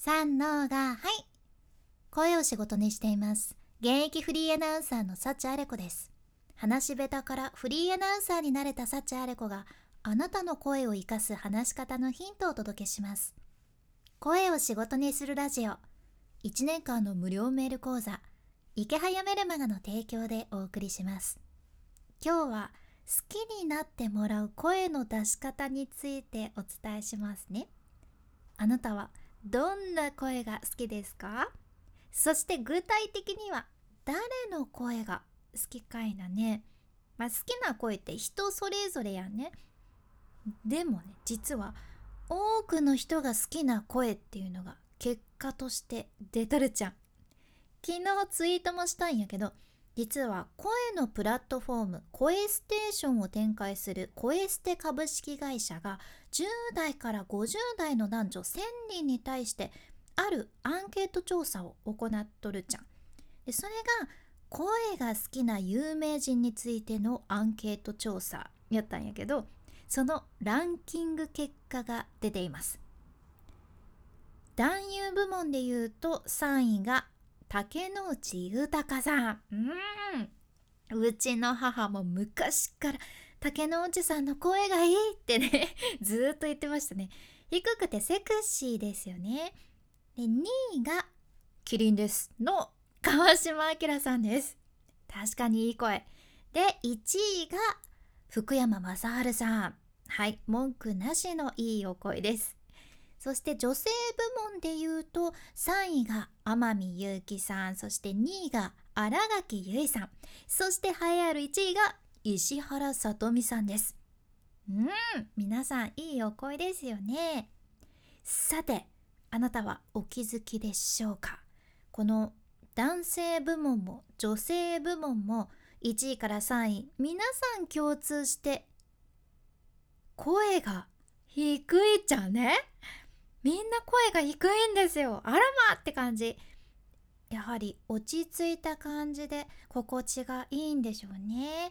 三のがはい。声を仕事にしています。現役フリーアナウンサーの幸あれ子です。話し下手からフリーアナウンサーになれた幸あれ子があなたの声を生かす話し方のヒントをお届けします。声を仕事にするラジオ。1年間の無料メール講座池早メルマガの提供でお送りします。今日は好きになってもらう声の出し方についてお伝えしますね。あなたはどんな声が好きですか？そして具体的には誰の声が好きかいなね。好きな声って人それぞれやね。でもね、実は多くの人が好きな声っていうのが結果として出とるじゃん。昨日ツイートもしたんやけど、実は声のプラットフォーム声ステーションを展開する声ステ株式会社が10代から50代の男女1000人に対してあるアンケート調査を行っとるじゃん。でそれが声が好きな有名人についてのアンケート調査やったんやけど、そのランキング結果が出ています。男優部門でいうと3位が竹野内豊さん。うちの母も昔から竹野内さんの声がいいってねずーっと言ってましたね。低くてセクシーですよね。で2位がキリンですの川島明さんです。確かにいい声で、1位が福山雅治さん。はい、文句なしのいいお声です。そして女性部門でいうと3位が天海祐希さん、そして2位が新垣結衣さん、そして栄えある1位が石原さとみさんです。皆さんいいお声ですよね。さて、あなたはお気づきでしょうか？この男性部門も女性部門も1位から3位、皆さん共通して声が低いじゃんね。みんな声が低いんですよ。あらまって感じ。やはり落ち着いた感じで心地がいいんでしょうね。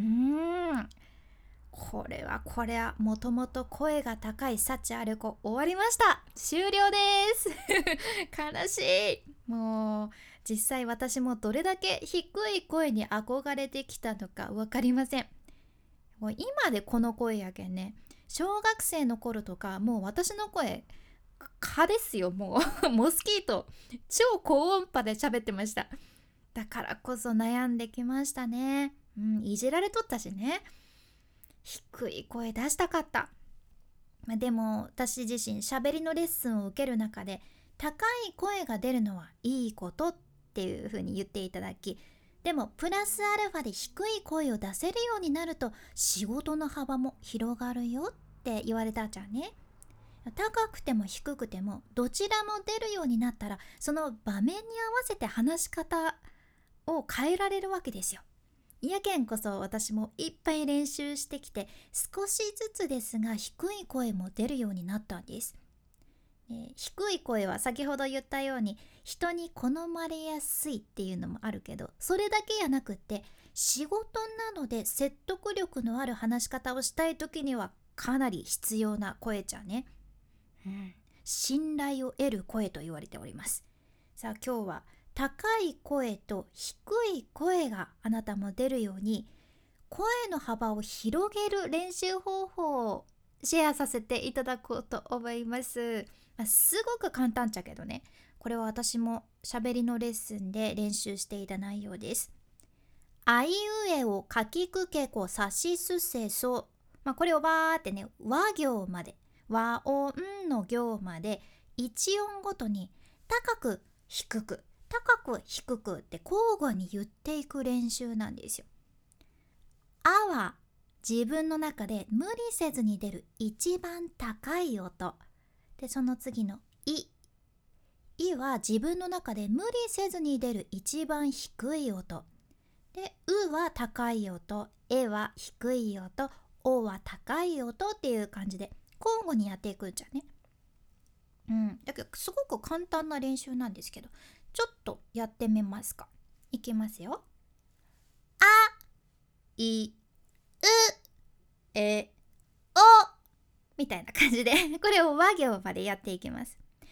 これはもともと声が高い幸あれ子終わりました。終了です悲しい。もう実際私もどれだけ低い声に憧れてきたのか分かりません。もう今でこの声やけんね。小学生の頃とかもう私の声蚊ですよ。もうモスキート超高音波で喋ってました。だからこそ悩んできましたね。いじられとったしね。低い声出したかった。でも私自身喋りのレッスンを受ける中で高い声が出るのはいいことっていう風に言っていただき、でもプラスアルファで低い声を出せるようになると仕事の幅も広がるよって言われたじゃんね。高くても低くてもどちらも出るようになったら、その場面に合わせて話し方を変えられるわけですよ。やけんこそ私もいっぱい練習してきて少しずつですが低い声も出るようになったんです。低い声は先ほど言ったように人に好まれやすいっていうのもあるけど、それだけやなくって仕事なので説得力のある話し方をしたい時にはかなり必要な声じゃね。信頼を得る声と言われております。さあ今日は高い声と低い声があなたも出るように声の幅を広げる練習方法をシェアさせていただこうと思います。すごく簡単っちゃけどね、これは私も喋りのレッスンで練習していた内容です。あいうえをかきくけこさしすせそ、これをわーってね、和行まで和音の行まで1音ごとに高く低く高く低くって交互に言っていく練習なんですよ。あは自分の中で無理せずに出る一番高い音で、その次のいは自分の中で無理せずに出る一番低い音で、うは高い音、えは低い音、おは高い音っていう感じで交互にやっていくんじゃね。だけどすごく簡単な練習なんですけど、ちょっとやってみますか。いきますよ。あ、い、う、え、おみたいな感じでこれを和行までやっていきます。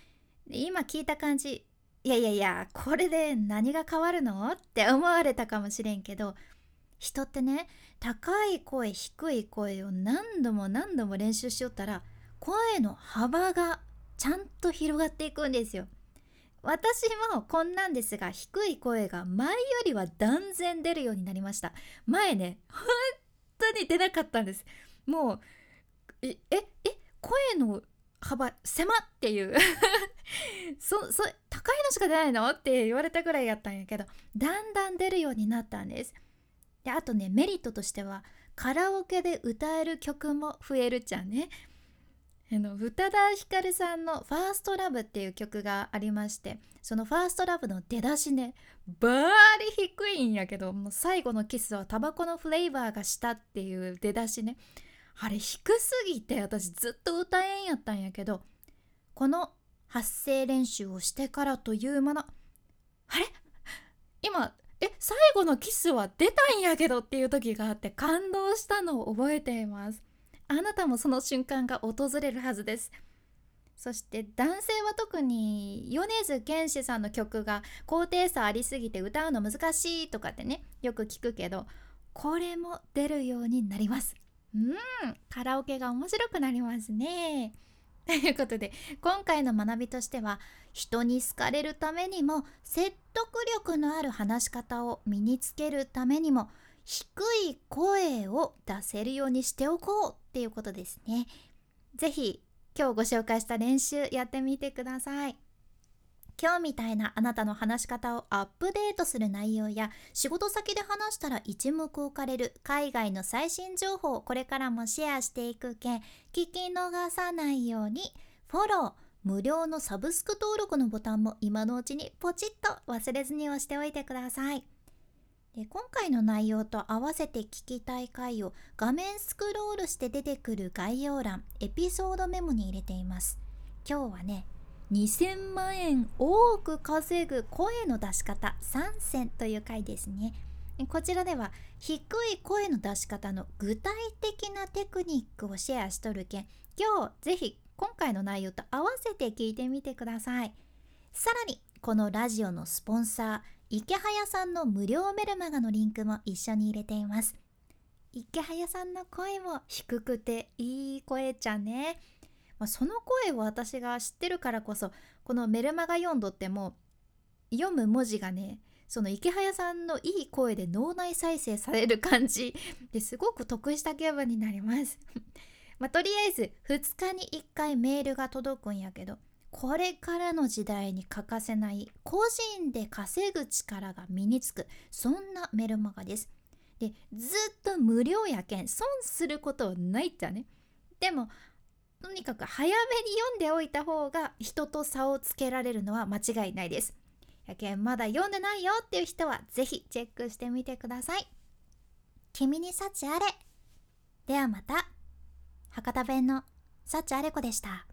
で今聞いた感じ、いやいやいや、これで何が変わるのって思われたかもしれんけど、人ってね、高い声低い声を何度も何度も練習しよったら、声の幅がちゃんと広がっていくんですよ。私もこんなんですが、低い声が前よりは断然出るようになりました。前ね、本当に出なかったんです。もう声の幅狭っていう高いのしか出ないのって言われたぐらいやったんやけど、だんだん出るようになったんです。で、あとね、メリットとしてはカラオケで歌える曲も増えるじゃんね。宇多田ヒカルさんの「ファーストラブっていう曲がありまして、その「ファーストラブの出だしね、バーリ低いんやけど、もう最後のキスはタバコのフレーバーがしたっていう出だしね、あれ低すぎて私ずっと歌えんやったんやけど、この発声練習をしてからというもの、あれ今最後のキスは出たんやけどっていう時があって感動したのを覚えています。あなたもその瞬間が訪れるはずです。そして男性は特に米津玄師さんの曲が高低差ありすぎて歌うの難しいとかってね、よく聞くけど、これも出るようになります。カラオケが面白くなりますね。ということで、今回の学びとしては、人に好かれるためにも説得力のある話し方を身につけるためにも、低い声を出せるようにしておこうっていうことですね。ぜひ今日ご紹介した練習やってみてください。今日みたいなあなたの話し方をアップデートする内容や、仕事先で話したら一目置かれる海外の最新情報をこれからもシェアしていくけん、聞き逃さないようにフォロー、無料のサブスク登録のボタンも今のうちにポチッと忘れずに押しておいてください。で、今回の内容と合わせて聞きたい回を画面スクロールして出てくる概要欄、エピソードメモに入れています。今日はね、2000万円多く稼ぐ声の出し方3選という回ですね。こちらでは低い声の出し方の具体的なテクニックをシェアしとるけん、今日ぜひ今回の内容と合わせて聞いてみてください。さらにこのラジオのスポンサー、池早さんの無料メルマガのリンクも一緒に入れています。池早さんの声も低くていい声ちゃんね。その声を私が知ってるからこそ、このメルマガ読んどっても読む文字がね、その池早さんのいい声で脳内再生される感じですごく得した気分になりますとりあえず2日に1回メールが届くんやけど、これからの時代に欠かせない個人で稼ぐ力が身につく、そんなメルマガです。で、ずっと無料やけん損することないっちゃね。でもとにかく早めに読んでおいた方が人と差をつけられるのは間違いないです。やけんまだ読んでないよっていう人はぜひチェックしてみてください。君に幸あれ。ではまた。博多弁の幸あれ子でした。